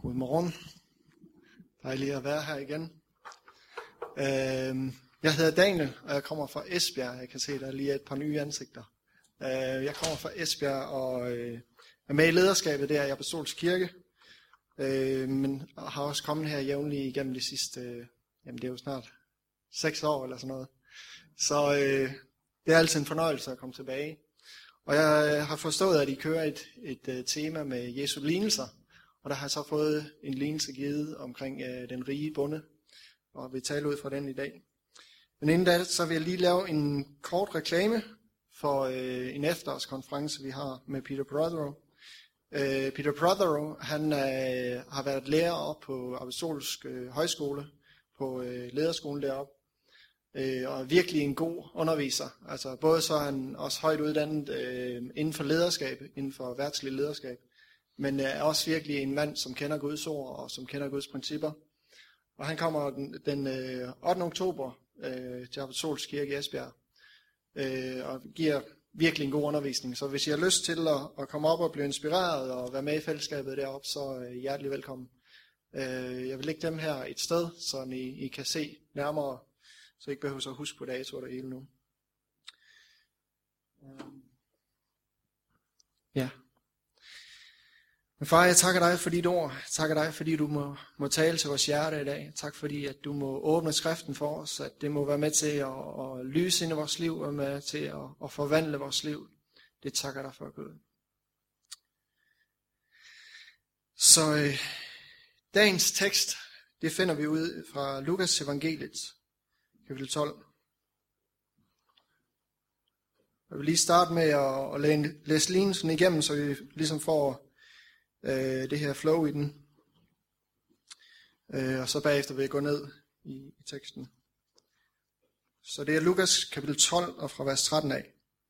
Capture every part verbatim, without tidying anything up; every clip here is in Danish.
Godmorgen. Dejligt at være her igen. Jeg hedder Daniel, og jeg kommer fra Esbjerg. Jeg kan se, der er lige et par nye ansigter. Jeg kommer fra Esbjerg og er med i lederskabet der i Apostolsk Kirke. Men har også kommet her jævnligt igennem de sidste, jamen det er jo snart seks år eller sådan noget. Så det er altid en fornøjelse at komme tilbage. Og jeg har forstået, at I kører et, et tema med Jesu lignelser. Og der har jeg så fået en lignelse givet omkring øh, den rige bonde, og vi taler ud fra den i dag. Men inden da, så vil jeg lige lave en kort reklame for øh, en efterårskonference, vi har med Peter Prothero. Øh, Peter Prothero, han øh, har været lærer op på Apostolsk øh, Højskole, på øh, lederskolen deroppe, øh, og er virkelig en god underviser. Altså både så er han også højt uddannet øh, inden for lederskab, inden for værtslig lederskab, men er også virkelig en mand, som kender Guds ord og som kender Guds principper. Og han kommer den, den øh, ottende oktober øh, til Apostolsk Kirke i Esbjerg øh, og giver virkelig en god undervisning. Så hvis I har lyst til at, at komme op og blive inspireret og være med i fællesskabet deroppe, så er I hjertelig velkommen. Øh, jeg vil lægge dem her et sted, så I, I kan se nærmere, så I ikke behøver at huske på datoer der hele nu. Øh. Ja. Men far, jeg takker dig for dit ord. Jeg takker dig, fordi du må, må tale til vores hjerte i dag. Tak fordi, at du må åbne skriften for os, at det må være med til at, at lyse ind i vores liv, og med til at, at forvandle vores liv. Det takker dig for, Gud. Så øh, dagens tekst, det finder vi ud fra Lukas evangeliet, kapitel tolv. Jeg vil lige starte med at, at læse lignelsen igennem, så vi ligesom får det her flow i den, og så bagefter vil jeg gå ned i, i teksten. Så det er Lukas kapitel tolv og fra vers tretten af.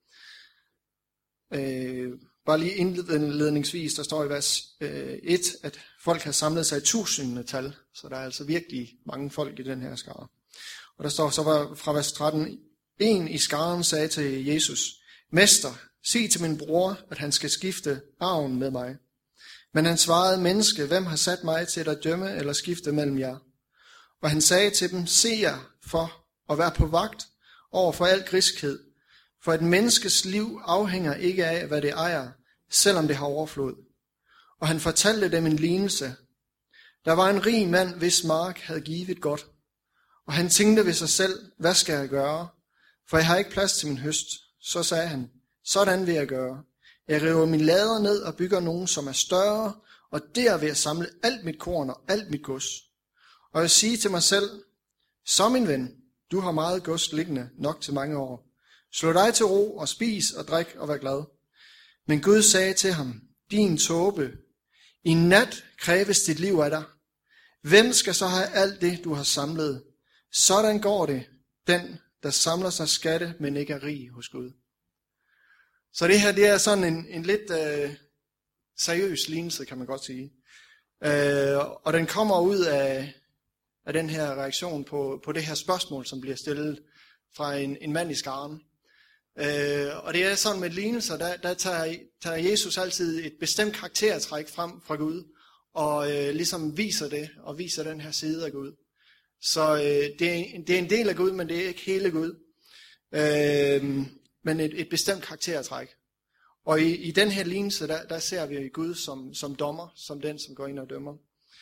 Øh, bare lige indledningsvis, der står i vers øh, et, at folk har samlet sig i tusindende tal, så der er altså virkelig mange folk i den her skare. Og der står så fra vers tretten, en i skaren sagde til Jesus, Mester, sig til min bror, at han skal skifte arven med mig. Men han svarede, menneske, hvem har sat mig til at dømme eller skifte mellem jer? Og han sagde til dem, se jer for at være på vagt over for al griskhed, for et menneskes liv afhænger ikke af, hvad det ejer, selvom det har overflod. Og han fortalte dem en lignelse. Der var en rig mand, hvis mark havde givet godt, og han tænkte ved sig selv, hvad skal jeg gøre? For jeg har ikke plads til min høst. Så sagde han, sådan vil jeg gøre. Jeg river mine lader ned og bygger nogen, som er større, og der vil jeg samle alt mit korn og alt mit gods. Og jeg siger til mig selv, så min ven, du har meget gods liggende nok til mange år. Slå dig til ro og spis og drik og vær glad. Men Gud sagde til ham, din tåbe, i nat kræves dit liv af dig. Hvem skal så have alt det, du har samlet? Sådan går det, den, der samler sig skatte, men ikke er rig hos Gud. Så det her, det er sådan en, en lidt øh, seriøs lignelse, kan man godt sige. Øh, og den kommer ud af, af den her reaktion på, på det her spørgsmål, som bliver stillet fra en, en mand i skaren. Øh, og det er sådan med lignelser, der, der tager, tager Jesus altid et bestemt karaktertræk frem fra Gud, og øh, ligesom viser det, og viser den her side af Gud. Så øh, det, er, det er en del af Gud, men det er ikke hele Gud. Øh, men et, et bestemt karaktertræk. Og i, i den her lignelse, der, der ser vi Gud som, som dommer, som den, som går ind og dømmer.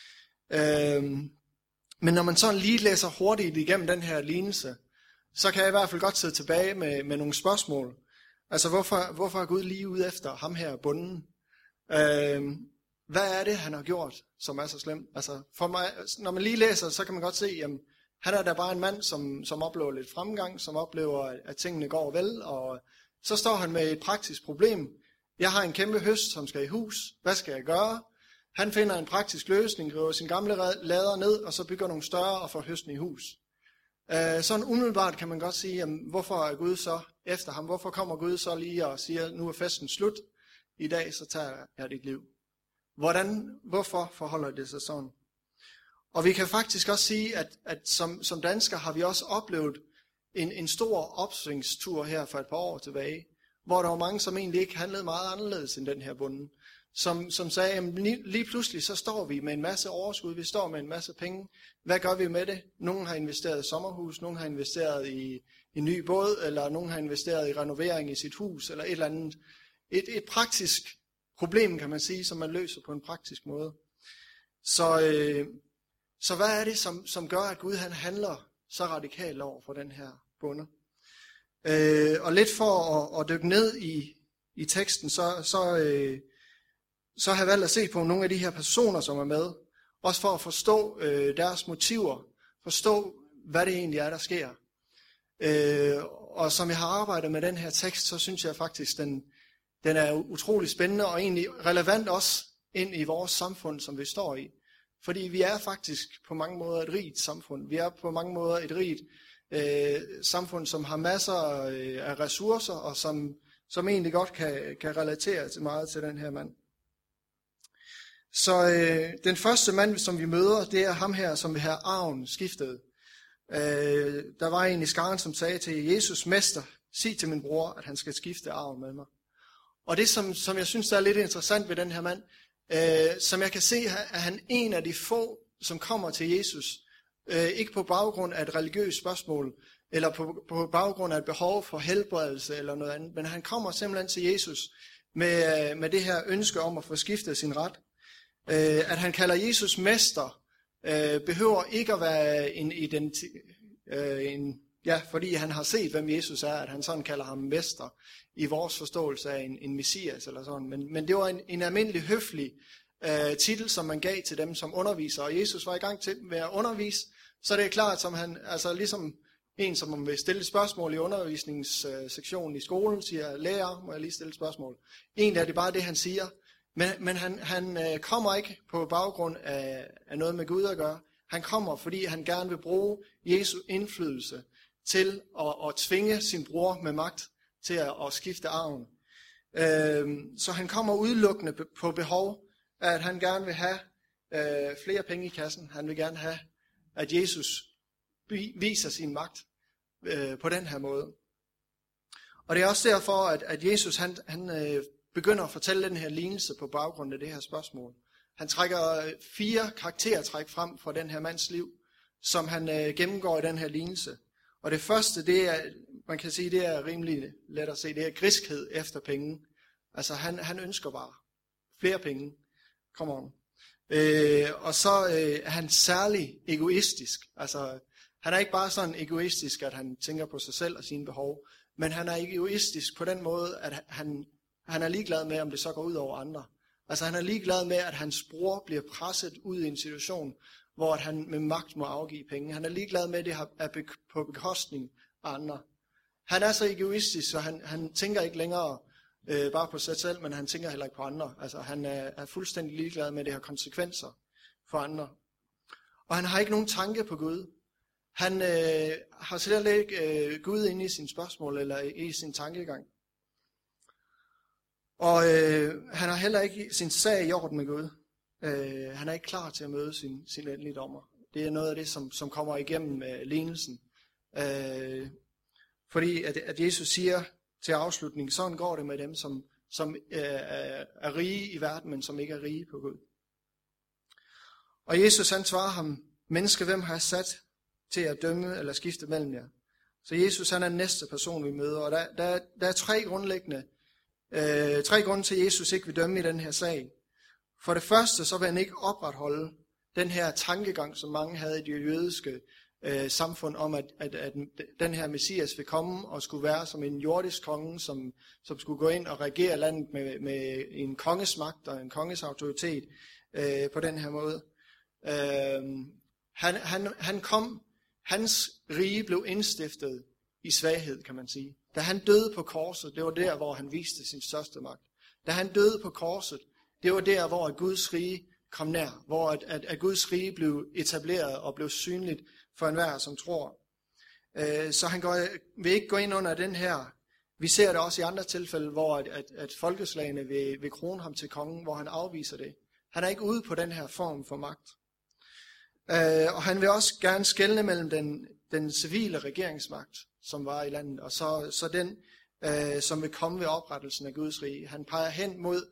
Øhm, men når man sådan lige læser hurtigt igennem den her lignelse, så kan jeg i hvert fald godt sidde tilbage med, med nogle spørgsmål. Altså, hvorfor, hvorfor er Gud lige ude efter ham her, bunden? Øhm, hvad er det, han har gjort, som er så slemt? Altså, for mig, når man lige læser, så kan man godt se, jamen, han er da bare en mand, som, som oplever lidt fremgang, som oplever, at tingene går vel, og så står han med et praktisk problem. Jeg har en kæmpe høst, som skal i hus. Hvad skal jeg gøre? Han finder en praktisk løsning, river sin gamle lader ned, og så bygger nogle større og får høsten i hus. Sådan umiddelbart kan man godt sige, jamen, hvorfor er Gud så efter ham? Hvorfor kommer Gud så lige og siger, nu er festen slut? I dag så tager jeg dit liv. Hvordan, hvorfor forholder det sig sådan? Og vi kan faktisk også sige, at, at som, som danskere har vi også oplevet en, en stor opsvingstur her for et par år tilbage, hvor der var mange, som egentlig ikke handlede meget anderledes end den her bonde, som, som sagde, at lige, lige pludselig så står vi med en masse overskud, vi står med en masse penge. Hvad gør vi med det? Nogen har investeret i sommerhus, nogen har investeret i en ny båd, eller nogen har investeret i renovering i sit hus, eller et eller andet. Et, et praktisk problem, kan man sige, som man løser på en praktisk måde. Så, øh, så hvad er det, som, som gør, at Gud han handler så radikalt over for den her bonde? Øh, og lidt for at, at dykke ned i, i teksten, så, så, øh, så har jeg valgt at se på nogle af de her personer, som er med. Også for at forstå øh, deres motiver, forstå, hvad det egentlig er, der sker. Øh, og som jeg har arbejdet med den her tekst, så synes jeg faktisk, den, den er utrolig spændende og egentlig relevant også ind i vores samfund, som vi står i. Fordi vi er faktisk på mange måder et rigt samfund. Vi er på mange måder et rigt øh, samfund, som har masser øh, af ressourcer, og som, som egentlig godt kan, kan relatere til meget til den her mand. Så øh, den første mand, som vi møder, det er ham her, som vil have arven skiftet. Øh, der var en i skaren, som sagde til Jesus, mester, sig til min bror, at han skal skifte arven med mig. Og det, som, som jeg synes, der er lidt interessant ved den her mand, øh, som jeg kan se, er han en af de få, som kommer til Jesus, øh, ikke på baggrund af et religiøst spørgsmål, eller på, på baggrund af et behov for helbredelse eller noget andet, men han kommer simpelthen til Jesus med, med det her ønske om at få skiftet sin ret. Øh, at han kalder Jesus mester, øh, behøver ikke at være en identi- øh, en, ja, fordi han har set, hvem Jesus er, at han sådan kalder ham mester i vores forståelse af en, en messias eller sådan. Men, men det var en, en almindelig høflig øh, titel, som man gav til dem som underviser, og Jesus var i gang til med at undervise, så det er klart, som han, altså ligesom en, som man vil stille et spørgsmål i undervisningssektionen i skolen, siger, lærer, må jeg lige stille et spørgsmål. Egentlig er det bare det, han siger. Men, men han, han øh, kommer ikke på baggrund af, af noget med Gud at gøre. Han kommer, fordi han gerne vil bruge Jesu indflydelse til at, at tvinge sin bror med magt til at, at skifte arven. Øh, så han kommer udelukkende på behov, at han gerne vil have øh, flere penge i kassen. Han vil gerne have, at Jesus viser sin magt øh, på den her måde. Og det er også derfor, at, at Jesus han... han øh, begynder at fortælle den her lignelse på baggrund af det her spørgsmål. Han trækker fire karaktertræk frem fra den her mands liv, som han øh, gennemgår i den her lignelse. Og det første, det er, man kan sige, det er rimelig let at se, det er griskhed efter penge. Altså han, han ønsker bare flere penge. Come on. Øh, og så øh, er han særlig egoistisk. Altså han er ikke bare sådan egoistisk, at han tænker på sig selv og sine behov, men han er egoistisk på den måde, at han Han er ligeglad med, om det så går ud over andre. Altså han er ligeglad med, at hans bror bliver presset ud i en situation, hvor at han med magt må afgive penge. Han er ligeglad med, at det er på bekostning af andre. Han er så egoistisk, så han, han tænker ikke længere øh, bare på sig selv, men han tænker heller ikke på andre. Altså han er, er fuldstændig ligeglad med, at det har konsekvenser for andre. Og han har ikke nogen tanke på Gud. Han øh, har slet ikke øh, Gud inde i sine spørgsmål eller i sin tankegang. Og øh, han har heller ikke sin sag i orden med Gud. Øh, han er ikke klar til at møde sin, sin endelige dommer. Det er noget af det, som, som kommer igennem øh, lignelsen. Øh, fordi at, at Jesus siger til afslutning, sådan går det med dem, som, som øh, er rige i verden, men som ikke er rige på Gud. Og Jesus han svarer ham, menneske, hvem har jeg sat til at dømme eller skifte mellem jer? Så Jesus han er den næste person, vi møder. Og der, der, der er tre grundlæggende Øh, tre grunde til, at Jesus ikke vil dømme i den her sag. For det første, så vil han ikke opretholde den her tankegang, som mange havde i det jødiske øh, samfund, om at, at, at den her Messias vil komme og skulle være som en jordisk konge, som, som skulle gå ind og regere landet med, med en konges magt og en konges autoritet øh, på den her måde. Øh, han, han, han kom, hans rige blev indstiftet i svaghed, kan man sige. Da han døde på korset, det var der, hvor han viste sin største magt. Da han døde på korset, det var der, hvor Guds rige kom nær. Hvor at, at, at Guds rige blev etableret og blev synligt for enhver, som tror. Øh, så han går, vil ikke gå ind under den her. Vi ser det også i andre tilfælde, hvor at, at, at folkeslagene vil, vil krone ham til kongen, hvor han afviser det. Han er ikke ude på den her form for magt. Øh, og han vil også gerne skelne mellem den, den civile regeringsmagt, som var i landet, og så, så den, øh, som vil komme ved oprettelsen af Guds rige. Han peger hen mod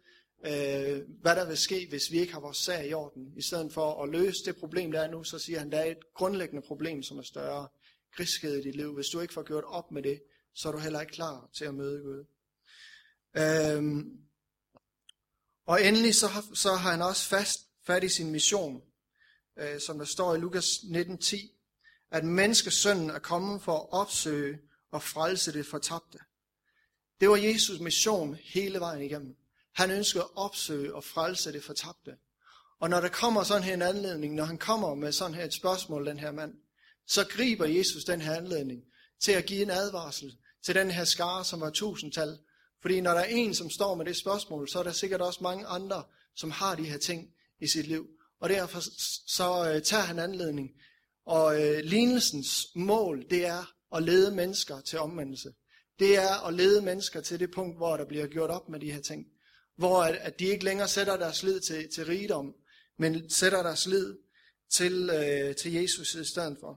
øh, hvad der vil ske, hvis vi ikke har vores sag i orden. I stedet for at løse det problem, der er nu, så siger han, der er et grundlæggende problem, som er større. Griskhed i dit liv. Hvis du ikke får gjort op med det, så er du heller ikke klar til at møde Gud. Øhm, og endelig så har, så har han også fast fat i sin mission, øh, som der står i Lukas nitten ti, at menneskesønnen er kommet for at opsøge og frelse det fortabte. Det var Jesus' mission hele vejen igennem. Han ønskede at opsøge og frelse det fortabte. Og når der kommer sådan her en anledning, når han kommer med sådan her et spørgsmål, den her mand, så griber Jesus den her anledning til at give en advarsel til den her skare, som var tusindtal. Fordi når der er en, som står med det spørgsmål, så er der sikkert også mange andre, som har de her ting i sit liv. Og derfor så øh, tager han anledning. Og øh, lignelsens mål, det er at lede mennesker til omvendelse. Det er at lede mennesker til det punkt, hvor der bliver gjort op med de her ting. Hvor at, at de ikke længere sætter deres lid til, til rigdom, men sætter deres lid til, øh, til Jesus i stedet for.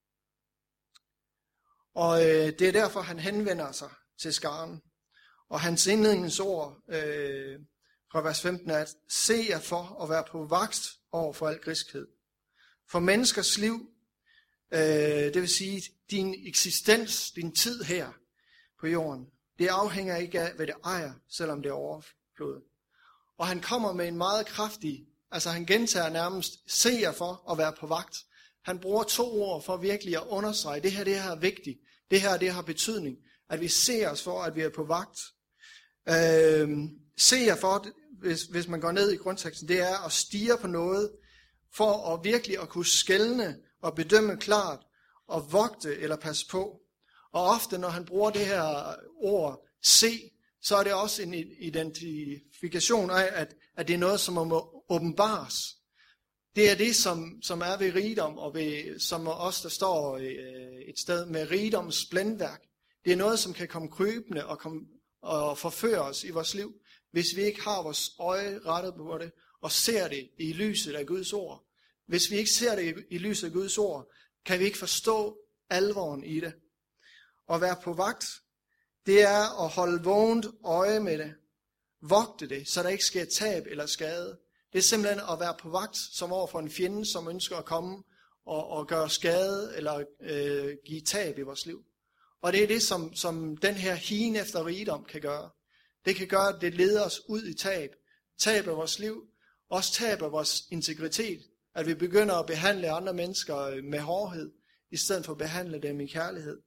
Og øh, det er derfor, han henvender sig til skaren. Og hans indledningsord øh, fra vers femten er, at se jer for at være på vagt over for al griskhed. For menneskers liv, øh, det vil sige din eksistens, din tid her på jorden, det afhænger ikke af, hvad det ejer, selvom det er overflod. Og han kommer med en meget kraftig, altså han gentager nærmest, se jer for at være på vagt. Han bruger to ord for virkelig at understrege, det her, det her er vigtigt. Det her, det har betydning, at vi ser os for, at vi er på vagt. Øh, se jer for, hvis, hvis man går ned i grundteksten, det er at stirre på noget, for at virkelig at kunne skelne og bedømme klart, og vogte eller passe på. Og ofte, når han bruger det her ord, se, så er det også en identifikation af, at, at det er noget, som må åbenbares. Det er det, som, som er ved rigdom, og ved, som også der står øh, et sted med rigdoms blændværk. Det er noget, som kan komme krybende og, komme, og forføre os i vores liv, hvis vi ikke har vores øje rettet på det, og ser det i lyset af Guds ord. Hvis vi ikke ser det i, i lyset af Guds ord, kan vi ikke forstå alvoren i det. At være på vagt, det er at holde vågent øje med det. Vogte det, så der ikke sker tab eller skade. Det er simpelthen at være på vagt som over for en fjende, som ønsker at komme og, og gøre skade eller øh, give tab i vores liv. Og det er det, som, som den her higen efter rigdom kan gøre. Det kan gøre, at det leder os ud i tab. Tab af vores liv, også tab af vores integritet. At vi begynder at behandle andre mennesker med hårdhed, i stedet for at behandle dem i kærlighed.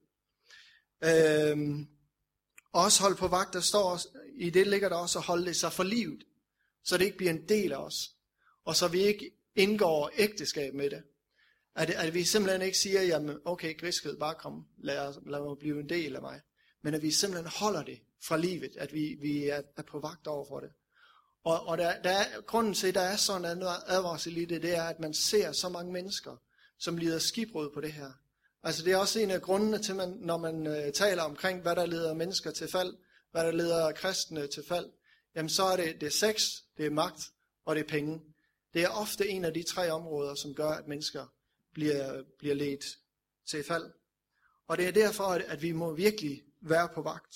Øhm, også holde på vagt, der står også, i det ligger der også at holde det sig for livet, så det ikke bliver en del af os, og så vi ikke indgår ægteskab med det. At, at vi simpelthen ikke siger, jamen okay, griskhed, bare kom, lad, lad mig blive en del af mig. Men at vi simpelthen holder det fra livet, at vi, vi er, er på vagt over for det. Og, og der, der er, grunden til, at der er sådan en advarsel i det, det er, at man ser så mange mennesker, som lider skibbrud på det her. Altså det er også en af grundene til, man, når man øh, taler omkring, hvad der leder mennesker til fald, hvad der leder kristne til fald, jamen så er det, det er sex, det er magt og det er penge. Det er ofte en af de tre områder, som gør, at mennesker bliver, bliver ledt til fald. Og det er derfor, at, at vi må virkelig være på vagt.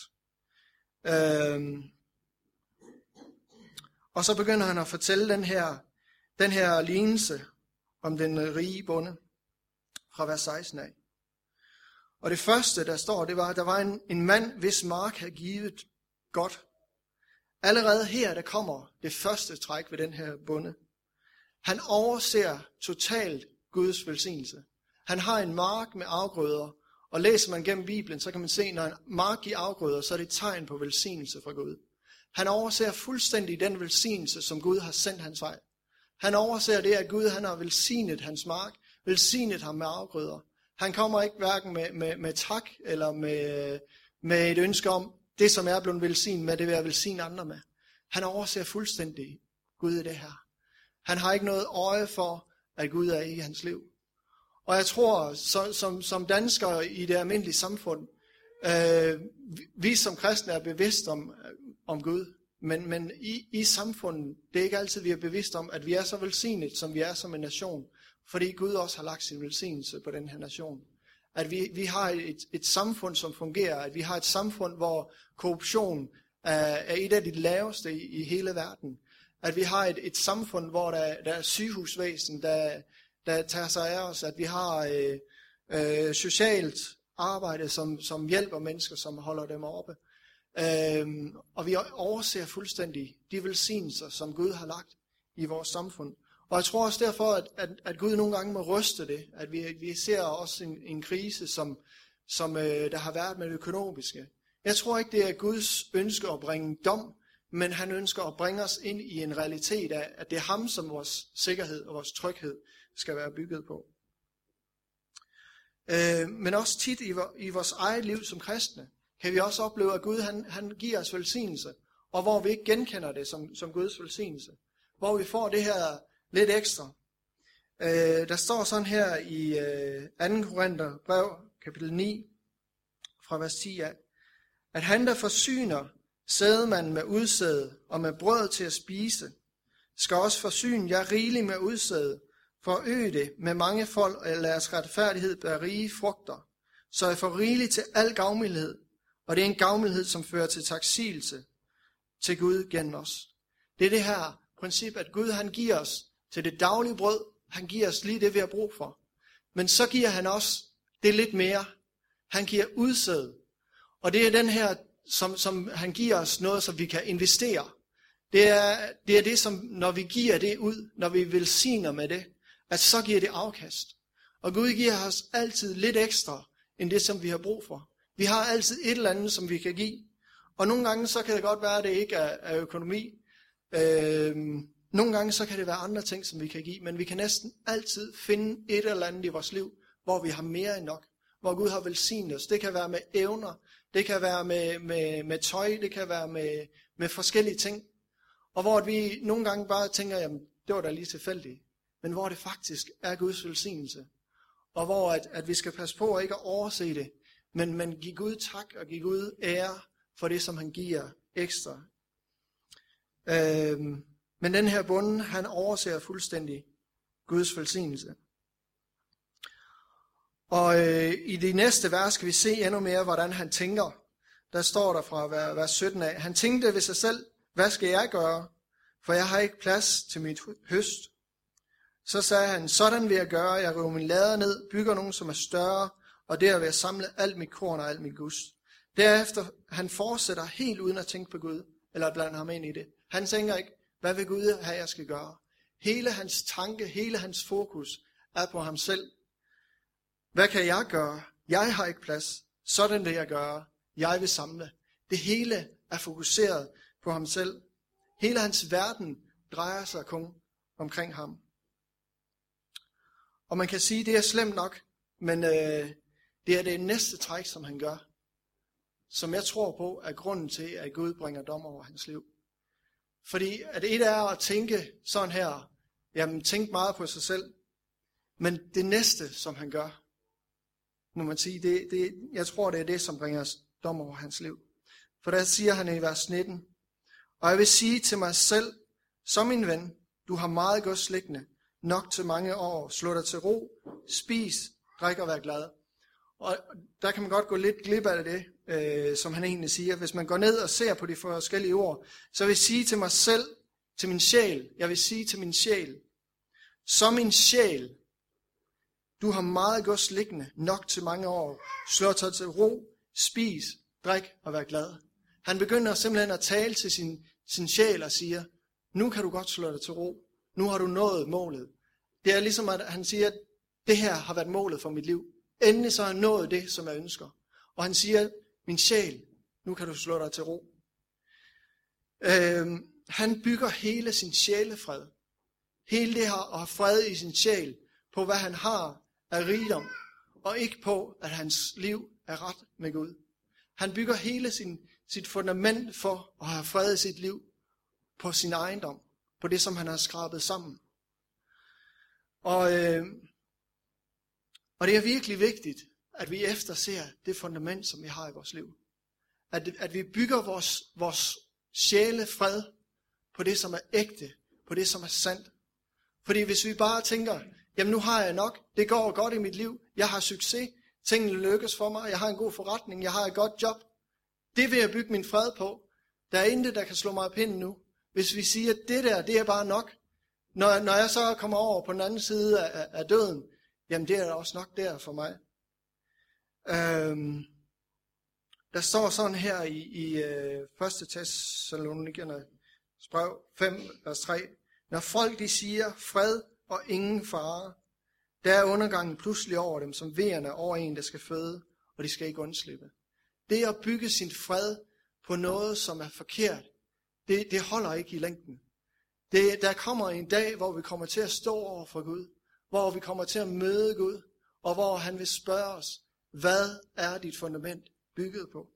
Øhm, og så begynder han at fortælle den her, den her lignelse om den rige bonde fra vers seksten af. Og det første, der står, det var, at der var en, en mand, hvis mark havde givet godt. Allerede her, der kommer det første træk ved den her bonde. Han overser totalt Guds velsignelse. Han har en mark med afgrøder, og læser man gennem Bibelen, så kan man se, at når en mark giver afgrøder, så er det et tegn på velsignelse fra Gud. Han overser fuldstændig den velsignelse, som Gud har sendt hans vej. Han overser det, at Gud han har velsignet hans mark, velsignet ham med afgrøder. Han kommer ikke hverken med, med, med tak eller med, med et ønske om, det som er blevet velsignet med, det vil jeg velsigne andre med. Han overser fuldstændig Gud i det her. Han har ikke noget øje for, at Gud er i hans liv. Og jeg tror, så, som, som danskere i det almindelige samfund, øh, vi som kristne er bevidst om, om Gud. Men, men i, i samfundet, det er ikke altid, vi er bevidst om, at vi er så velsignet, som vi er som en nation. Fordi Gud også har lagt sin velsignelse på den her nation. At vi, vi har et, et samfund, som fungerer. At vi har et samfund, hvor korruption er, er et af de laveste i, i hele verden. At vi har et, et samfund, hvor der, der er sygehusvæsen, der, der tager sig af os. At vi har øh, øh, socialt arbejde, som, som hjælper mennesker, som holder dem oppe. Øh, og vi overser fuldstændig de velsignelser, som Gud har lagt i vores samfund. Og jeg tror også derfor, at, at, at Gud nogle gange må ryste det. At vi, vi ser også en, en krise, som, som øh, der har været med det økonomiske. Jeg tror ikke, det er Guds ønske at bringe dom, men han ønsker at bringe os ind i en realitet af, at det er ham, som vores sikkerhed og vores tryghed skal være bygget på. Øh, men også tit i, i vores eget liv som kristne, kan vi også opleve, at Gud han, han giver os velsignelse, og hvor vi ikke genkender det som, som Guds velsignelse. Hvor vi får det her lidt ekstra. Øh, der står sådan her i øh, anden Korinther brev, kapitel ni, fra vers ti af, at han, der forsyner sædemanden med udsæde og med brød til at spise, skal også forsyne jer rigeligt med udsæde, for at øge det med mange folk, og lade jeres retfærdighed bære rige frugter, så jeg får rigeligt til al gavmildhed, og det er en gavmildhed, som fører til taksigelse til Gud gennem os. Det er det her princip, at Gud han giver os til det daglige brød, han giver os lige det, vi har brug for. Men så giver han os det lidt mere. Han giver udsæde, og det er den her, som, som han giver os noget, som vi kan investere. Det er, det er det, som når vi giver det ud, når vi velsigner med det, at så giver det afkast. Og Gud giver os altid lidt ekstra, end det, som vi har brug for. Vi har altid et eller andet, som vi kan give. Og nogle gange, så kan det godt være, at det ikke er, er økonomi. Øhm, nogle gange, så kan det være andre ting, som vi kan give. Men vi kan næsten altid finde et eller andet i vores liv, hvor vi har mere end nok. Hvor Gud har velsignet os. Det kan være med evner, det kan være med, med, med tøj, det kan være med, med forskellige ting. Og hvor vi nogle gange bare tænker, jamen det var da lige tilfældigt. Men hvor det faktisk er Guds velsignelse. Og hvor at, at vi skal passe på at ikke at overse det. Men, men give Gud tak og give Gud ære for det, som han giver ekstra. Øhm, men den her bonde, han overser fuldstændig Guds velsignelse. Og øh, i de næste vers skal vi se endnu mere, hvordan han tænker. Der står der fra vers sytten af. Han tænkte ved sig selv, hvad skal jeg gøre? For jeg har ikke plads til mit høst. Så sagde han, sådan vil jeg gøre. Jeg river min lader ned, bygger nogen, som er større, og der vil jeg samle alt mit korn og alt mit gods. Derefter, han fortsætter helt uden at tænke på Gud, eller blande ham ind i det. Han tænker ikke, hvad vil Gud have, jeg skal gøre? Hele hans tanke, hele hans fokus er på ham selv. Hvad kan jeg gøre? Jeg har ikke plads. Sådan vil jeg gøre. Jeg vil samle. Det hele er fokuseret på ham selv. Hele hans verden drejer sig kun omkring ham. Og man kan sige, at det er slemt nok, men øh, det er det næste træk, som han gør, som jeg tror på er grunden til, at Gud bringer dom over hans liv. Fordi at et er at tænke sådan her, jamen tænk meget på sig selv, men det næste, som han gør, må man sige, det, det, jeg tror, det er det, som bringer dom over hans liv. For der siger han i vers nitten, og jeg vil sige til mig selv, som min ven, du har meget gods liggende, nok til mange år, slå dig til ro, spis, drik og vær glad. Og der kan man godt gå lidt glip af det, øh, som han egentlig siger. Hvis man går ned og ser på de forskellige ord, så vil jeg sige til mig selv, til min sjæl, jeg vil sige til min sjæl, som min sjæl, du har meget gods liggende, nok til mange år, slå dig til ro, spis, drik og vær glad. Han begynder simpelthen at tale til sin, sin sjæl og siger, nu kan du godt slå dig til ro, nu har du nået målet. Det er ligesom, at han siger, at det her har været målet for mit liv. Endelig så har han nået det, som jeg ønsker. Og han siger, min sjæl, nu kan du slå dig til ro. Øhm, han bygger hele sin sjælefred. Hele det her at have fred i sin sjæl, på hvad han har af rigdom, og ikke på, at hans liv er ret med Gud. Han bygger hele sin, sit fundament for at have fred i sit liv, på sin ejendom, på det, som han har skrabet sammen. Og, øh, og det er virkelig vigtigt, at vi efterser det fundament, som vi har i vores liv. At, at vi bygger vores, vores sjælefred på det, som er ægte, på det, som er sandt. Fordi hvis vi bare tænker, jamen nu har jeg nok, det går godt i mit liv, jeg har succes, tingene lykkes for mig, jeg har en god forretning, jeg har et godt job. Det vil jeg bygge min fred på. Der er intet, der kan slå mig af pinden nu. Hvis vi siger, at det der, det er bare nok. Når, når jeg så kommer over på den anden side af, af døden, jamen det er også nok der for mig. Øhm, der står sådan her i, i uh, første Thessalonikernes brev fem, vers tre. Når folk de siger fred og ingen fare, der er undergangen pludselig over dem, som vejerne over en, der skal føde, og de skal ikke undslippe. Det at bygge sin fred på noget, som er forkert, det, det holder ikke i længden. Det, der kommer en dag, hvor vi kommer til at stå over for Gud, hvor vi kommer til at møde Gud, og hvor han vil spørge os, hvad er dit fundament bygget på?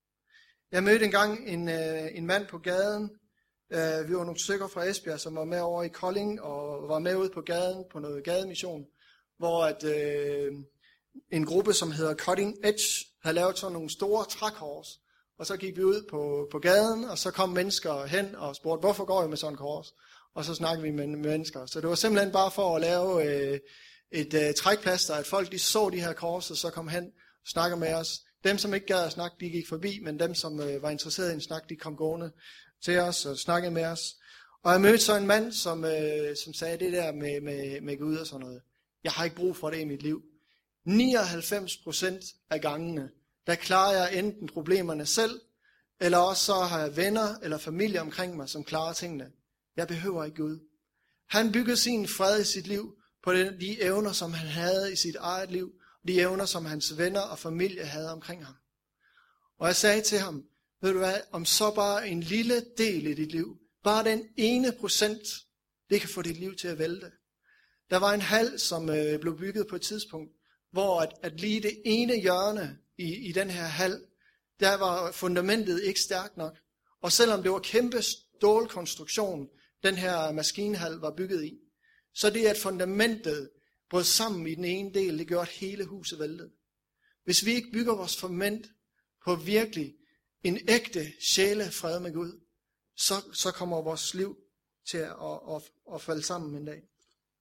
Jeg mødte engang en, en mand på gaden. Vi var nogle stykker fra Esbjerg, som var med over i Kolding, og var med ude på gaden på noget gademission, hvor at, øh, en gruppe, som hedder Cutting Edge, havde lavet sådan nogle store trækors. Og så gik vi ud på, på gaden, og så kom mennesker hen og spurgte, hvorfor går I med sådan en kors? Og så snakkede vi med mennesker. Så det var simpelthen bare for at lave øh, et øh, trækplaster, at folk de så de her kors, og så kom hen og snakkede med os. Dem, som ikke gad at snakke, de gik forbi, men dem, som øh, var interesserede i en snak, de kom gående til os og snakkede med os. Og jeg mødte så en mand, som, øh, som sagde det der med, med, med Gud og sådan noget. Jeg har ikke brug for det i mit liv. nioghalvfems procent af gangene, der klarer jeg enten problemerne selv, eller også så har jeg venner eller familie omkring mig, som klarer tingene. Jeg behøver ikke Gud. Han byggede sin fred i sit liv på de evner, som han havde i sit eget liv, de evner, som hans venner og familie havde omkring ham. Og jeg sagde til ham, ved du hvad, om så bare en lille del i dit liv, bare den ene procent, det kan få dit liv til at vælte. Der var en hal, som øh, blev bygget på et tidspunkt, hvor at, at lige det ene hjørne i, i den her hal, der var fundamentet ikke stærkt nok. Og selvom det var kæmpe stålkonstruktion, den her maskinhal var bygget i, så det at fundamentet brød sammen i den ene del, det gjorde, at hele huset væltede. Hvis vi ikke bygger vores fundament på virkelig en ægte sjælefred med Gud, så, så kommer vores liv til at, at, at, at falde sammen en dag.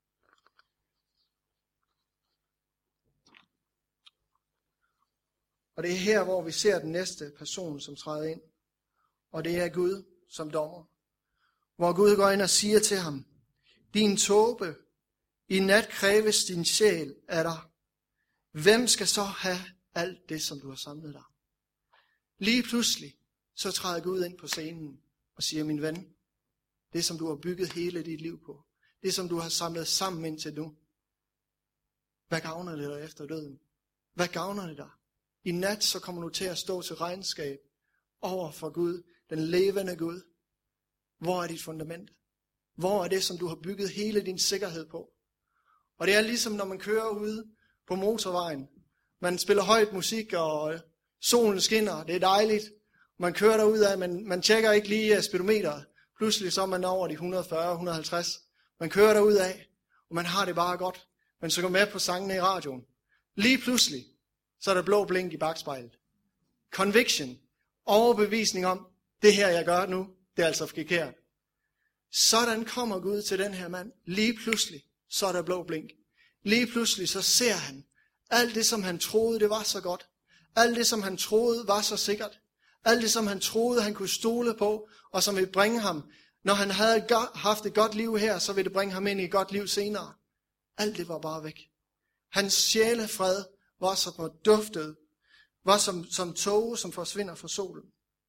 Og det er her, hvor vi ser den næste person, som træder ind. Og det er Gud som dommer. Hvor Gud går ind og siger til ham, din tåbe, i nat kræves din sjæl af dig. Hvem skal så have alt det, som du har samlet dig? Lige pludselig, så træder Gud ind på scenen og siger, min ven, det som du har bygget hele dit liv på, det som du har samlet sammen indtil nu, hvad gavner det dig efter døden? Hvad gavner det dig? I nat så kommer du til at stå til regnskab over for Gud, den levende Gud. Hvor er dit fundament? Hvor er det, som du har bygget hele din sikkerhed på? Og det er ligesom, når man kører ude på motorvejen. Man spiller højt musik, og solen skinner. Det er dejligt. Man kører derudad, men man tjekker ikke lige speedometeret. Pludselig så er man over de et hundrede og fyrre til et hundrede og halvtreds. Man kører derudad, og man har det bare godt. Man synger med på sangene i radioen. Lige pludselig, så er der blå blink i bagspejlet. Conviction. Overbevisning om, det her jeg gør nu, det er altså forkert. Sådan kommer Gud til den her mand. Lige pludselig, så er der blå blink. Lige pludselig, så ser han alt det, som han troede, det var så godt. Alt det, som han troede, var så sikkert. Alt det, som han troede, han kunne stole på, og som ville bringe ham. Når han havde haft et godt liv her, så ville det bringe ham ind i et godt liv senere. Alt det var bare væk. Hans sjælefred var som duftet, var som, som tåge, som forsvinder fra solen.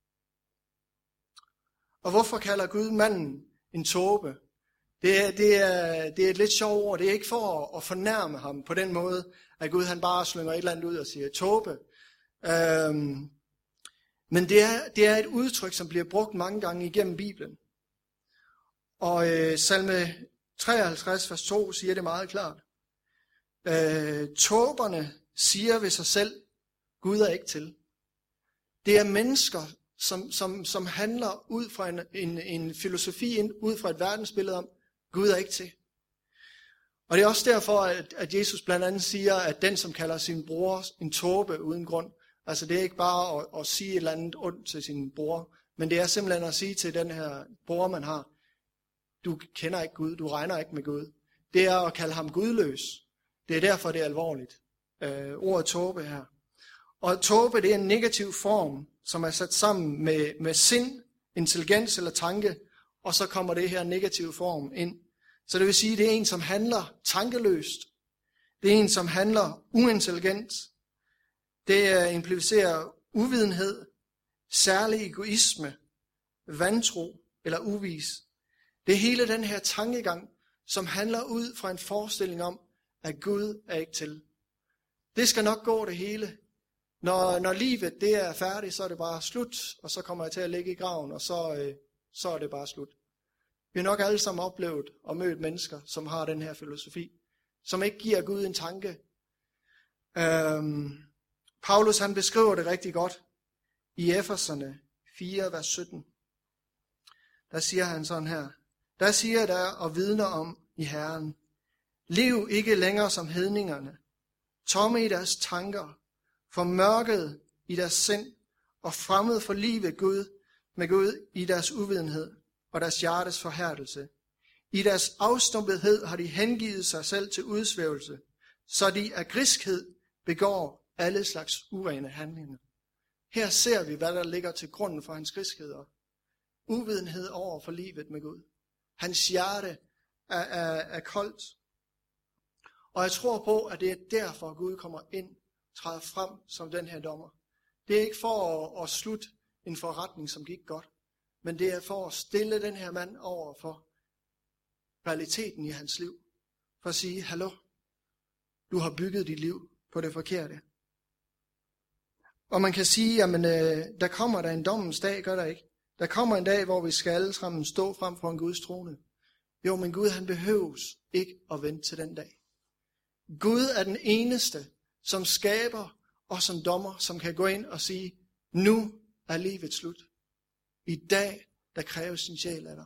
Og hvorfor kalder Gud manden en tåbe? Det er, det, er, det er et lidt sjovt ord. Det er ikke for at fornærme ham på den måde, at Gud han bare slynger et eller andet ud og siger tåbe. Øhm, men det er, det er et udtryk, som bliver brugt mange gange igennem Bibelen. Og øh, salme treoghalvtreds, vers to siger det meget klart. Øh, tåberne siger ved sig selv, Gud er ikke til. Det er mennesker, som, som, som handler ud fra en, en, en filosofi, ud fra et verdensbillede om, Gud er ikke til. Og det er også derfor, at, at Jesus blandt andet siger, at den, som kalder sin bror en tåbe uden grund, altså det er ikke bare at, at sige et eller andet ondt til sin bror, men det er simpelthen at sige til den her bror, man har, du kender ikke Gud, du regner ikke med Gud. Det er at kalde ham gudløs. Det er derfor, det er alvorligt. Øh, ordet tåbe her. Og tåbe, det er en negativ form, som er sat sammen med, med sind, intelligens eller tanke, og så kommer det her negative form ind. Så det vil sige, at det er en, som handler tankeløst. Det er en, som handler uintelligent. Det implicerer uvidenhed, særlig egoisme, vantro eller uvis. Det er hele den her tankegang, som handler ud fra en forestilling om, at Gud er ikke til. Det skal nok gå det hele. Når, når livet det er færdigt, så er det bare slut, og så kommer jeg til at ligge i graven, og så, øh, så er det bare slut. Vi har nok alle sammen oplevet og mødt mennesker, som har den her filosofi, som ikke giver Gud en tanke. Øhm, Paulus han beskriver det rigtig godt i Efeserne fire, vers sytten. Der siger han sådan her. Der siger der og vidner om i Herren. Lev ikke længere som hedningerne, tomme i deres tanker, formørket i deres sind og fremmed for livet Gud med Gud i deres uvidenhed og deres hjertes forhærdelse. I deres afstumpethed har de hengivet sig selv til udsvævelse, så de af griskhed begår alle slags urene handlinger. Her ser vi, hvad der ligger til grunden for hans griskheder. Uvidenhed over for livet med Gud. Hans hjerte er, er, er koldt. Og jeg tror på, at det er derfor, Gud kommer ind, træder frem som den her dommer. Det er ikke for at, at slutte en forretning, som gik godt, men det er for at stille den her mand over for realiteten i hans liv. For at sige, hallo, du har bygget dit liv på det forkerte. Og man kan sige, jamen øh, der kommer der en dommens dag, gør der ikke? Der kommer en dag, hvor vi skal alle sammen stå frem for en Guds trone. Jo, men Gud han behøves ikke at vente til den dag. Gud er den eneste, som skaber og som dommer, som kan gå ind og sige, nu er livet slut. I dag, der kræves sin sjæl af dig.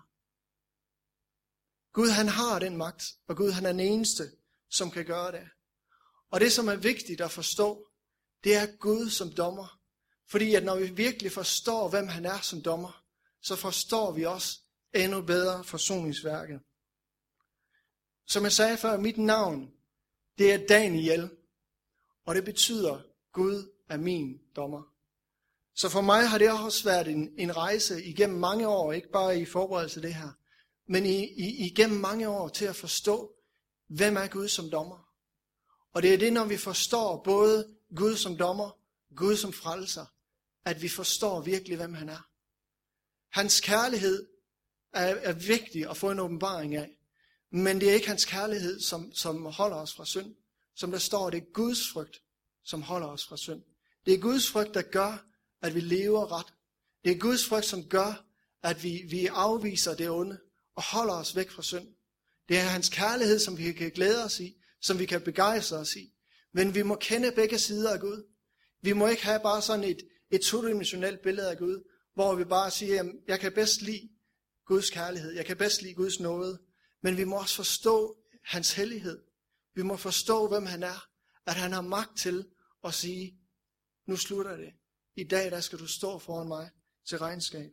Gud han har den magt, og Gud han er den eneste, som kan gøre det. Og det, som er vigtigt at forstå, det er Gud som dommer. Fordi at når vi virkelig forstår, hvem han er som dommer, så forstår vi også endnu bedre forsoningsværket. Som jeg sagde før, mit navn, det er Daniel, og det betyder, Gud er min dommer. Så for mig har det også været en, en rejse igennem mange år, ikke bare i forberedelse af det her, men i, i, igennem mange år til at forstå, hvem er Gud som dommer. Og det er det, når vi forstår både Gud som dommer, Gud som frelser, at vi forstår virkelig, hvem han er. Hans kærlighed er, er vigtig at få en åbenbaring af, men det er ikke hans kærlighed, som, som holder os fra synd. Som der står, det er Guds frygt, som holder os fra synd. Det er Guds frygt, der gør, at vi lever ret. Det er Guds frygt, som gør, at vi, vi afviser det onde og holder os væk fra synd. Det er hans kærlighed, som vi kan glæde os i, som vi kan begejstre os i. Men vi må kende begge sider af Gud. Vi må ikke have bare sådan et, et todimensionelt billede af Gud, hvor vi bare siger, at jeg kan bedst lide Guds kærlighed, jeg kan bedst lide Guds nåde. Men vi må også forstå hans hellighed. Vi må forstå, hvem han er. At han har magt til at sige, nu slutter det. I dag der skal du stå foran mig til regnskab.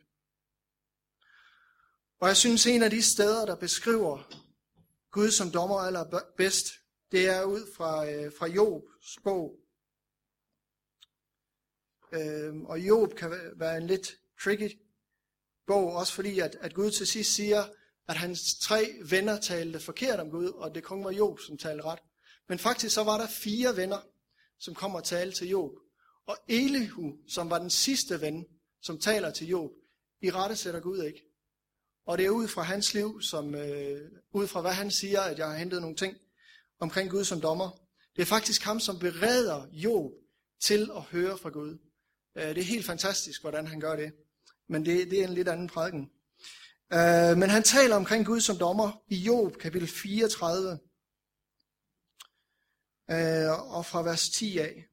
Og jeg synes, en af de steder, der beskriver Gud som dommer allerbedst, det er ud fra, øh, fra Jobs bog. Øh, og Job kan være en lidt tricky bog, også fordi at, at Gud til sidst siger, at hans tre venner talte forkert om Gud, og det kun var Job, som talte ret. Men faktisk så var der fire venner, som kom og talte til Job. Og Elihu, som var den sidste ven, som taler til Job, i rette sætter Gud ikke. Og det er ud fra hans liv, som, øh, ud fra hvad han siger, at jeg har hentet nogle ting omkring Gud som dommer. Det er faktisk ham, som bereder Job til at høre fra Gud. Øh, det er helt fantastisk, hvordan han gør det. Men det, det er en lidt anden prædiken. Øh, men han taler omkring Gud som dommer i Job kapitel fireogtredive. Øh, og fra vers ti af.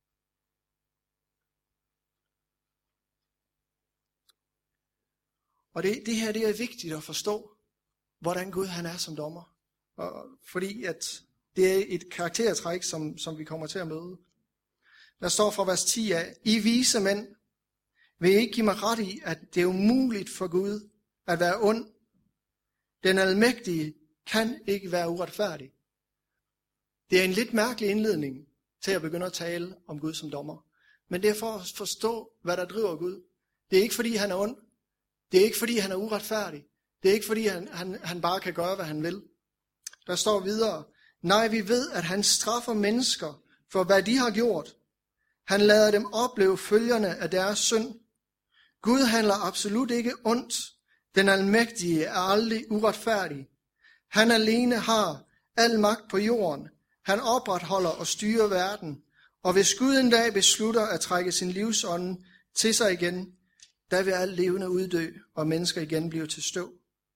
Og det, det her det er vigtigt at forstå, hvordan Gud han er som dommer. Og, fordi at det er et karaktertræk, som, som vi kommer til at møde. Der står fra vers ti af, I vise mænd, vil I ikke give mig ret i, at det er umuligt for Gud at være ond. Den almægtige kan ikke være uretfærdig. Det er en lidt mærkelig indledning til at begynde at tale om Gud som dommer. Men det er for at forstå, hvad der driver Gud. Det er ikke fordi han er ond. Det er ikke fordi han er uretfærdig. Det er ikke fordi, han, han, han bare kan gøre, hvad han vil. Der står videre, nej, vi ved, at han straffer mennesker for, hvad de har gjort. Han lader dem opleve følgerne af deres synd. Gud handler absolut ikke ondt. Den almægtige er aldrig uretfærdig. Han alene har al magt på jorden. Han opretholder og styrer verden. Og hvis Gud en dag beslutter at trække sin livsånd til sig igen, der vil alt levende uddø, og mennesker igen blive til støv.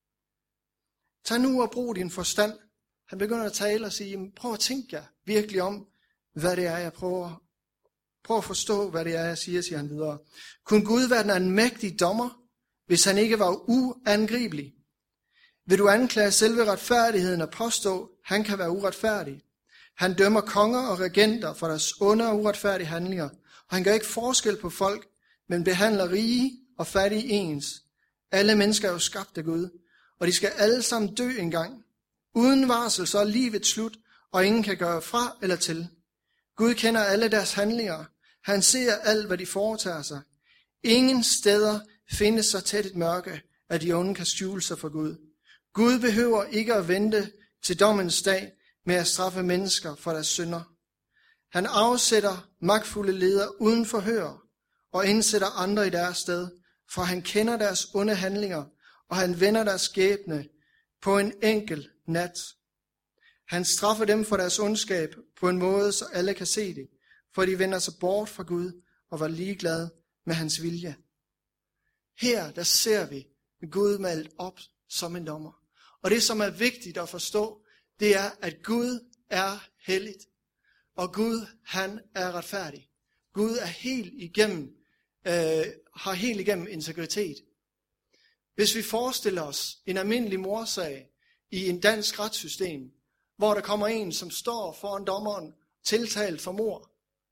Tag nu og brug din forstand. Han begynder at tale og sige, prøv at tænke jer virkelig om, hvad det er, jeg prøver. Prøv at forstå, hvad det er, jeg siger, siger han videre. Kunne Gud være en mægtig dommer, hvis han ikke var uangribelig? Vil du anklage selve retfærdigheden og påstå, han kan være uretfærdig? Han dømmer konger og regenter for deres onde og uretfærdige handlinger, og han gør ikke forskel på folk, men behandler rige og fattige ens. Alle mennesker er jo skabt af Gud, og de skal alle sammen dø engang. Uden varsel så er livet slut, og ingen kan gøre fra eller til. Gud kender alle deres handlinger. Han ser alt, hvad de foretager sig. Ingen steder findes så tæt et mørke, at de onde kan skjule sig for Gud. Gud behøver ikke at vente til dommens dag med at straffe mennesker for deres synder. Han afsætter magtfulde ledere uden forhør og indsætter andre i deres sted, for han kender deres onde handlinger, og han vender deres skæbne på en enkel nat. Han straffer dem for deres ondskab på en måde, så alle kan se det, for de vender sig bort fra Gud og var ligeglade med hans vilje. Her der ser vi Gud malet op som en dommer. Og det, som er vigtigt at forstå, det er, at Gud er hellig, og Gud, han er retfærdig. Gud er helt igennem, øh, har helt igennem integritet. Hvis vi forestiller os en almindelig mordsag i en dansk retssystem, hvor der kommer en, som står foran dommeren, tiltalt for mord,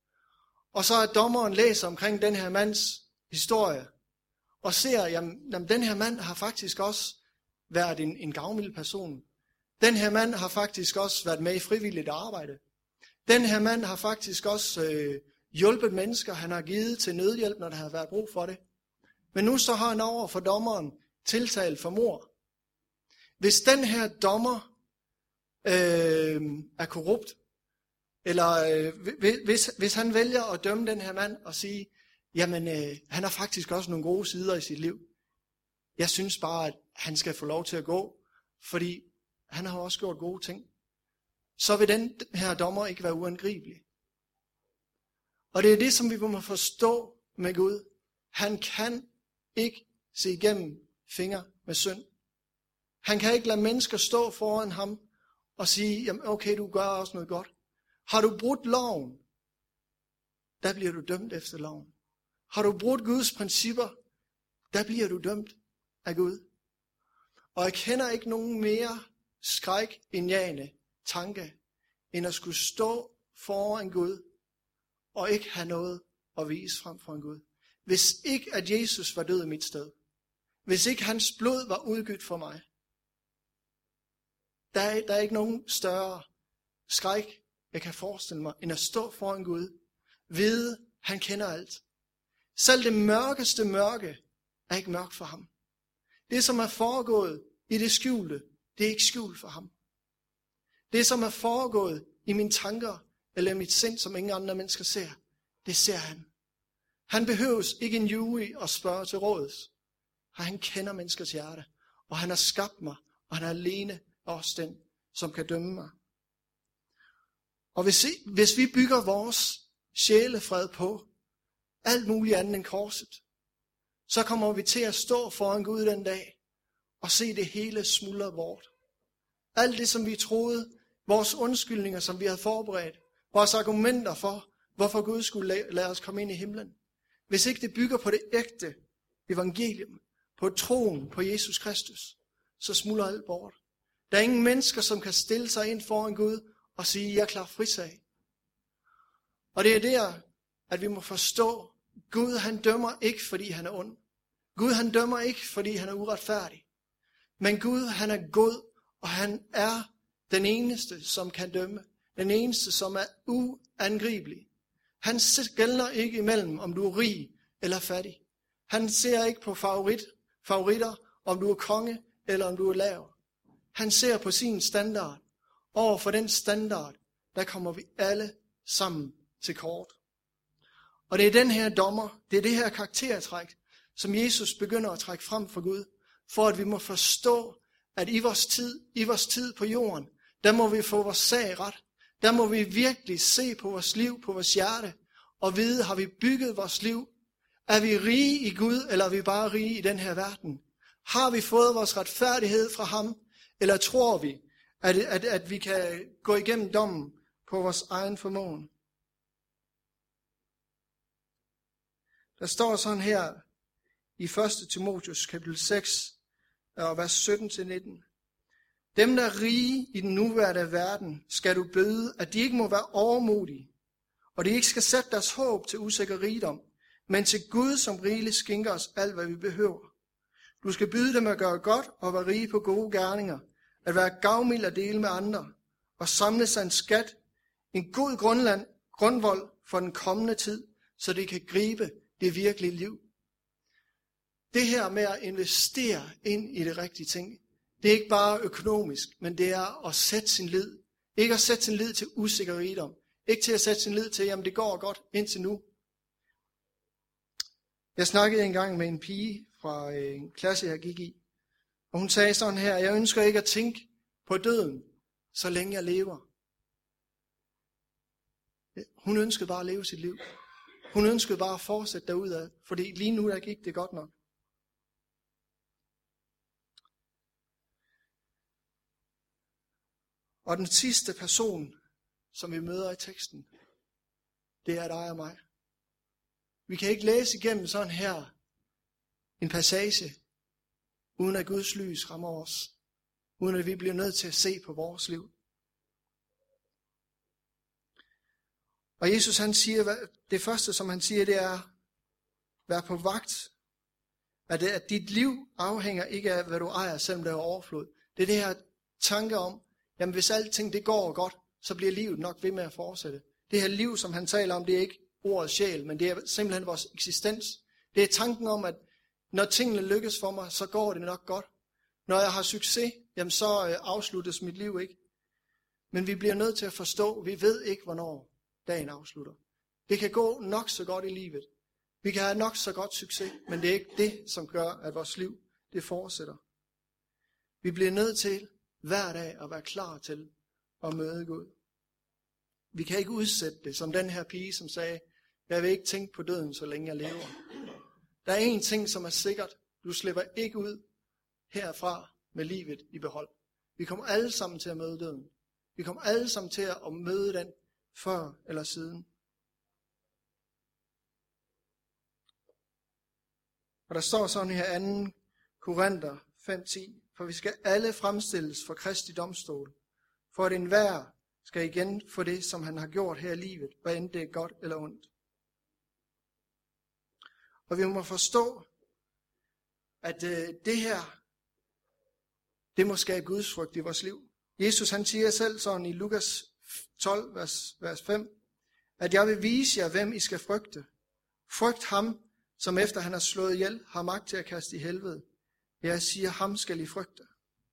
og så at dommeren læser omkring den her mands historie, og ser, jamen, jamen den her mand har faktisk også været en, en gavmild person. Den her mand har faktisk også været med i frivilligt arbejde. Den her mand har faktisk også øh, hjulpet mennesker, han har givet til nødhjælp, når der har været brug for det. Men nu så har han over for dommeren tiltalt for mord. Hvis den her dommer øh, er korrupt, eller øh, hvis, hvis han vælger at dømme den her mand og sige, jamen øh, han har faktisk også nogle gode sider i sit liv. Jeg synes bare, at han skal få lov til at gå, fordi han har også gjort gode ting. Så vil den her dommer ikke være uangribelig. Og det er det, som vi må forstå med Gud. Han kan ikke se igennem fingre med synd. Han kan ikke lade mennesker stå foran ham og sige, jamen okay, du gør også noget godt. Har du brudt loven, der bliver du dømt efter loven. Har du brudt Guds principper, der bliver du dømt af Gud. Og jeg kender ikke nogen mere skrækindjagende tanke, end at skulle stå foran Gud, og ikke have noget at vise frem for en Gud. Hvis ikke at Jesus var død i mit sted, hvis ikke hans blod var udgydt for mig, der er, der er ikke nogen større skræk, jeg kan forestille mig, end at stå foran Gud, vide, han kender alt. Selv det mørkeste mørke er ikke mørkt for ham. Det, som er foregået i det skjulte, det er ikke skjult for ham. Det, som er foregået i mine tanker eller i mit sind, som ingen andre mennesker ser, det ser han. Han behøves ikke en jury at spørge til råds. Han kender menneskers hjerte, og han har skabt mig, og han er alene også den, som kan dømme mig. Og hvis, hvis vi bygger vores sjælefred på alt muligt andet end korset, så kommer vi til at stå foran Gud den dag, og se det hele smuldre bort. Alt det, som vi troede, vores undskyldninger, som vi havde forberedt, vores argumenter for, hvorfor Gud skulle lade os komme ind i himlen. Hvis ikke det bygger på det ægte evangelium, på troen på Jesus Kristus, så smuldrer alt bort. Der er ingen mennesker, som kan stille sig ind foran Gud og sige, jeg er klar frisag. Og det er der, at vi må forstå, Gud han dømmer ikke, fordi han er ond. Gud han dømmer ikke, fordi han er uretfærdig. Men Gud han er god, og han er den eneste, som kan dømme. Den eneste, som er uangribelig. Han skelner ikke imellem, om du er rig eller fattig. Han ser ikke på favorit, favoritter, om du er konge eller om du er lav. Han ser på sin standard. Over for den standard, der kommer vi alle sammen til kort. Og det er den her dommer, det er det her karaktertræk, som Jesus begynder at trække frem for Gud, for at vi må forstå, at i vores tid, i vores tid på jorden, der må vi få vores sag ret. Der må vi virkelig se på vores liv, på vores hjerte, og vide, har vi bygget vores liv? Er vi rige i Gud, eller er vi bare rige i den her verden? Har vi fået vores retfærdighed fra ham, eller tror vi, at, at, at vi kan gå igennem dommen på vores egen formåen? Der står sådan her i første Timotheus kapitel seks, og vers sytten til nitten. Dem, der er rige i den nuværende verden, skal du bede, at de ikke må være overmodige, og de ikke skal sætte deres håb til usikker rigdom, men til Gud, som rigeligt skænker os alt, hvad vi behøver. Du skal byde dem at gøre godt og være rige på gode gerninger, at være gavmild at dele med andre, og samle sig en skat, en god grundland, grundvold for den kommende tid, så det kan gribe det virkelige liv. Det her med at investere ind i det rigtige ting, det er ikke bare økonomisk, men det er at sætte sin lid. Ikke at sætte sin lid til usikker rigdom. Ikke til at sætte sin lid til, jamen det går godt indtil nu. Jeg snakkede engang med en pige fra en klasse, jeg gik i. Og hun sagde sådan her, jeg ønsker ikke at tænke på døden, så længe jeg lever. Hun ønskede bare at leve sit liv. Hun ønskede bare at fortsætte derudad, fordi lige nu der gik det godt nok. Og den sidste person, som vi møder i teksten, det er dig og mig. Vi kan ikke læse igennem sådan her en passage, uden at Guds lys rammer os. Uden at vi bliver nødt til at se på vores liv. Og Jesus han siger, det første som han siger, det er, vær på vagt. At, det, at dit liv afhænger ikke af, hvad du ejer, selvom det er overflod. Det er det her tanke om, jamen hvis alting det går godt, så bliver livet nok ved med at fortsætte. Det her liv, som han taler om, det er ikke ordet sjæl, men det er simpelthen vores eksistens. Det er tanken om, at når tingene lykkes for mig, så går det nok godt. Når jeg har succes, jamen så afsluttes mit liv ikke. Men vi bliver nødt til at forstå, vi ved ikke, hvornår dagen afslutter. Det kan gå nok så godt i livet. Vi kan have nok så godt succes, men det er ikke det, som gør, at vores liv det fortsætter. Vi bliver nødt til hver dag at være klar til at møde Gud. Vi kan ikke udsætte det, som den her pige, som sagde, jeg vil ikke tænke på døden, så længe jeg lever. Der er en ting, som er sikkert. Du slipper ikke ud herfra med livet i behold. Vi kommer alle sammen til at møde døden. Vi kommer alle sammen til at møde den før eller siden. Og der står sådan her anden Korinther fem ti. For vi skal alle fremstilles for Kristi domstol, for at enhver skal igen få det, som han har gjort her i livet, hvad end det er godt eller ondt. Og vi må forstå, at øh, det her, det må skabe Guds frygt i vores liv. Jesus han siger selv sådan i Lukas tolv, vers, vers fem, at jeg vil vise jer, hvem I skal frygte. Frygt ham, som efter han har slået ihjel, har magt til at kaste i helvede. Jeg siger, ham skal I frygte.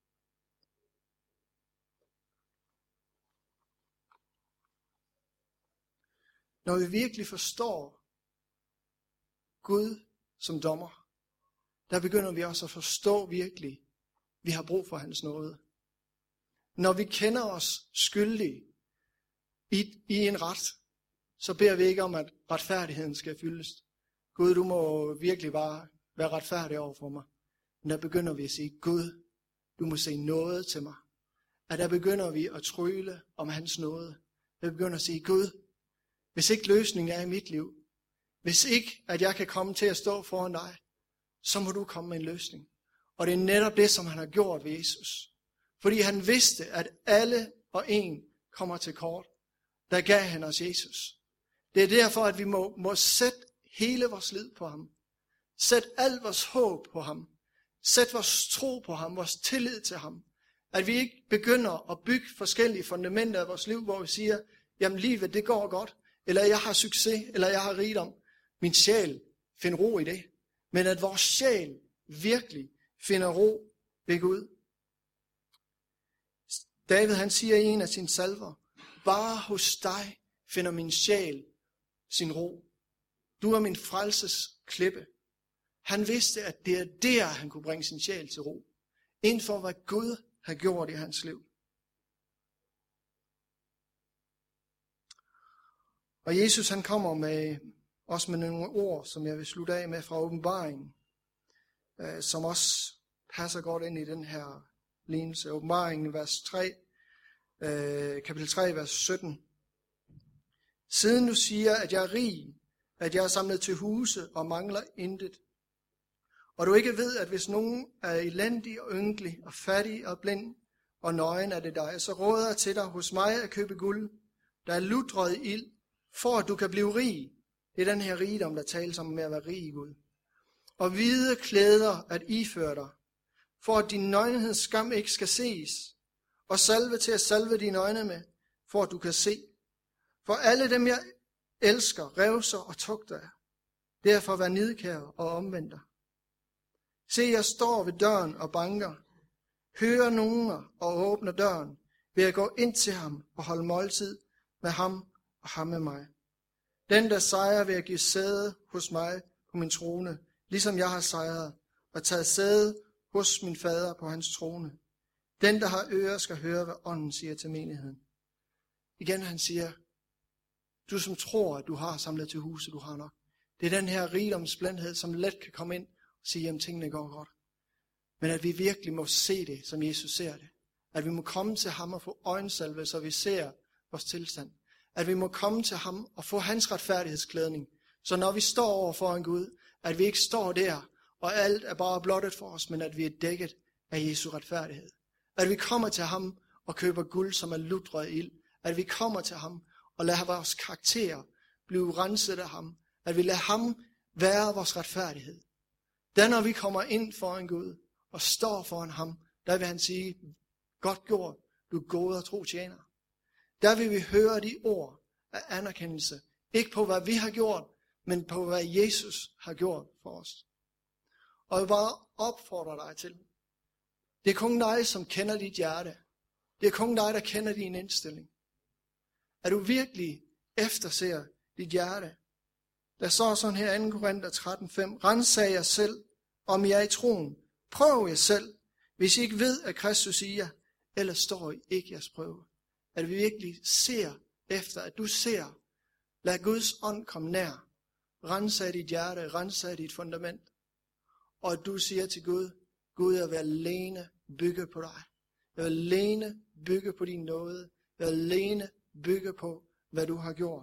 Når vi virkelig forstår Gud som dommer, der begynder vi også at forstå virkelig, at vi har brug for hans nåde. Når vi kender os skyldige i, i en ret, så beder vi ikke om, at retfærdigheden skal fyldes. Gud, du må virkelig bare være retfærdig over for mig. Men der begynder vi at sige, Gud, du må se noget til mig. Og der begynder vi at trylle om hans nåde. Der begynder at sige, Gud, hvis ikke løsningen er i mit liv, hvis ikke, at jeg kan komme til at stå foran dig, så må du komme med en løsning. Og det er netop det, som han har gjort ved Jesus. Fordi han vidste, at alle og en kommer til kort, der gav han os Jesus. Det er derfor, at vi må, må sætte hele vores lid på ham. Sæt alt vores håb på ham. Sæt vores tro på ham, vores tillid til ham. At vi ikke begynder at bygge forskellige fundamenter af vores liv, hvor vi siger, jamen livet det går godt, eller jeg har succes, eller jeg har rigdom. Min sjæl finder ro i det. Men at vores sjæl virkelig finder ro ved Gud. David han siger i en af sine salver, bare hos dig finder min sjæl sin ro. Du er min frelses klippe. Han vidste, at det er der, han kunne bringe sin sjæl til ro. Inden for hvad Gud har gjort i hans liv. Og Jesus han kommer med, også med nogle ord, som jeg vil slutte af med fra åbenbaringen, øh, som også passer godt ind i den her lignelse. Åbenbaringen vers tre, øh, kapitel tre, vers sytten. Siden du siger, at jeg er rig, at jeg er samlet til huse og mangler intet, og du ikke ved, at hvis nogen er elendig og ynkelig og fattig og blind og nøgen er det dig, så råder jeg til dig hos mig at købe guld, der er lutret i ild, for at du kan blive rig. Det er den her rigdom, der tales om med at være rig i Gud. Og hvide klæder at iføre dig, for at din nøgenheds skam ikke skal ses, og salve til at salve dine øjne med, for at du kan se. For alle dem, jeg elsker, revser og tugter jer, derfor vær nidkær og omvend dig. Se, jeg står ved døren og banker. Hører nogen og åbner døren, vil jeg gå ind til ham og holde måltid med ham og ham med mig. Den, der sejrer, vil jeg give sæde hos mig på min trone, ligesom jeg har sejret og taget sæde hos min fader på hans trone. Den, der har ører, skal høre, hvad ånden siger til menigheden. Igen han siger, du som tror, at du har samlet til huse, du har nok. Det er den her rigdomsblandhed, som let kan komme ind og sige, at tingene går godt. Men at vi virkelig må se det, som Jesus ser det. At vi må komme til ham og få øjensalve, så vi ser vores tilstand. At vi må komme til ham og få hans retfærdighedsklædning. Så når vi står over for en Gud, at vi ikke står der, og alt er bare blottet for os, men at vi er dækket af Jesu retfærdighed. At vi kommer til ham og køber guld, som er lutret i ild. At vi kommer til ham og lader vores karakter blive renset af ham. At vi lader ham være vores retfærdighed. Da når vi kommer ind for en Gud og står foran ham, der vil han sige, godt gjort, du gode og tro tjener. Der vil vi høre de ord af anerkendelse. Ikke på hvad vi har gjort, men på hvad Jesus har gjort for os. Og jeg vil bare opfordre dig til. Det er kun dig, som kender dit hjerte. Det er kun dig, der kender din indstilling. At du virkelig efterser dit hjerte. Der står sådan her anden Korinther tretten fem. Rensag jer selv, om I er i troen. Prøv jer selv, hvis I ikke ved, at Kristus siger, ellers står I ikke jeres prøve. At vi virkelig ser efter, at du ser. Lad Guds ånd komme nær. Rensag dit hjerte, rensag dit fundament. Og at du siger til Gud, Gud, jeg vil alene bygge på dig. Jeg vil alene bygge på din nåde. Jeg vil alene bygge på, hvad du har gjort.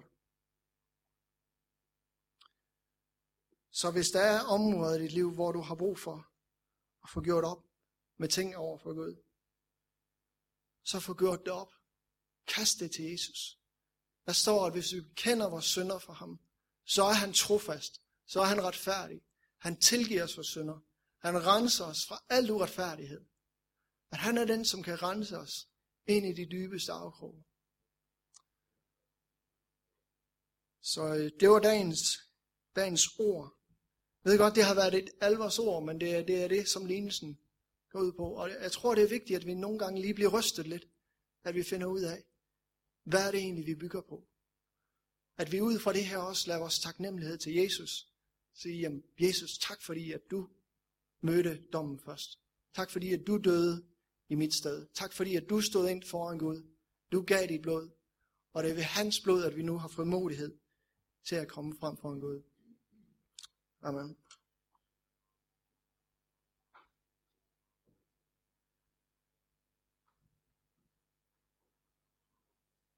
Så hvis der er områder i dit liv, hvor du har brug for at få gjort op med ting over for Gud, så få gjort det op. Kast det til Jesus. Der står, at hvis vi kender vores synder for ham, så er han trofast. Så er han retfærdig. Han tilgiver os vores synder. Han renser os fra al uretfærdighed. At han er den, som kan rense os ind i de dybeste afkroge. Så det var dagens, dagens ord. Jeg ved godt, det har været et alvorsord, men det er, det er det, som lignelsen går ud på. Og jeg tror, det er vigtigt, at vi nogle gange lige bliver rystet lidt. At vi finder ud af, hvad er det egentlig, vi bygger på. At vi ud fra det her også lader vores taknemmelighed til Jesus. Sige, jamen, Jesus, tak fordi, at du mødte dommen først. Tak fordi, at du døde i mit sted. Tak fordi, at du stod ind foran Gud. Du gav dit blod. Og det er ved hans blod, at vi nu har fået modighed til at komme frem foran Gud. Amen.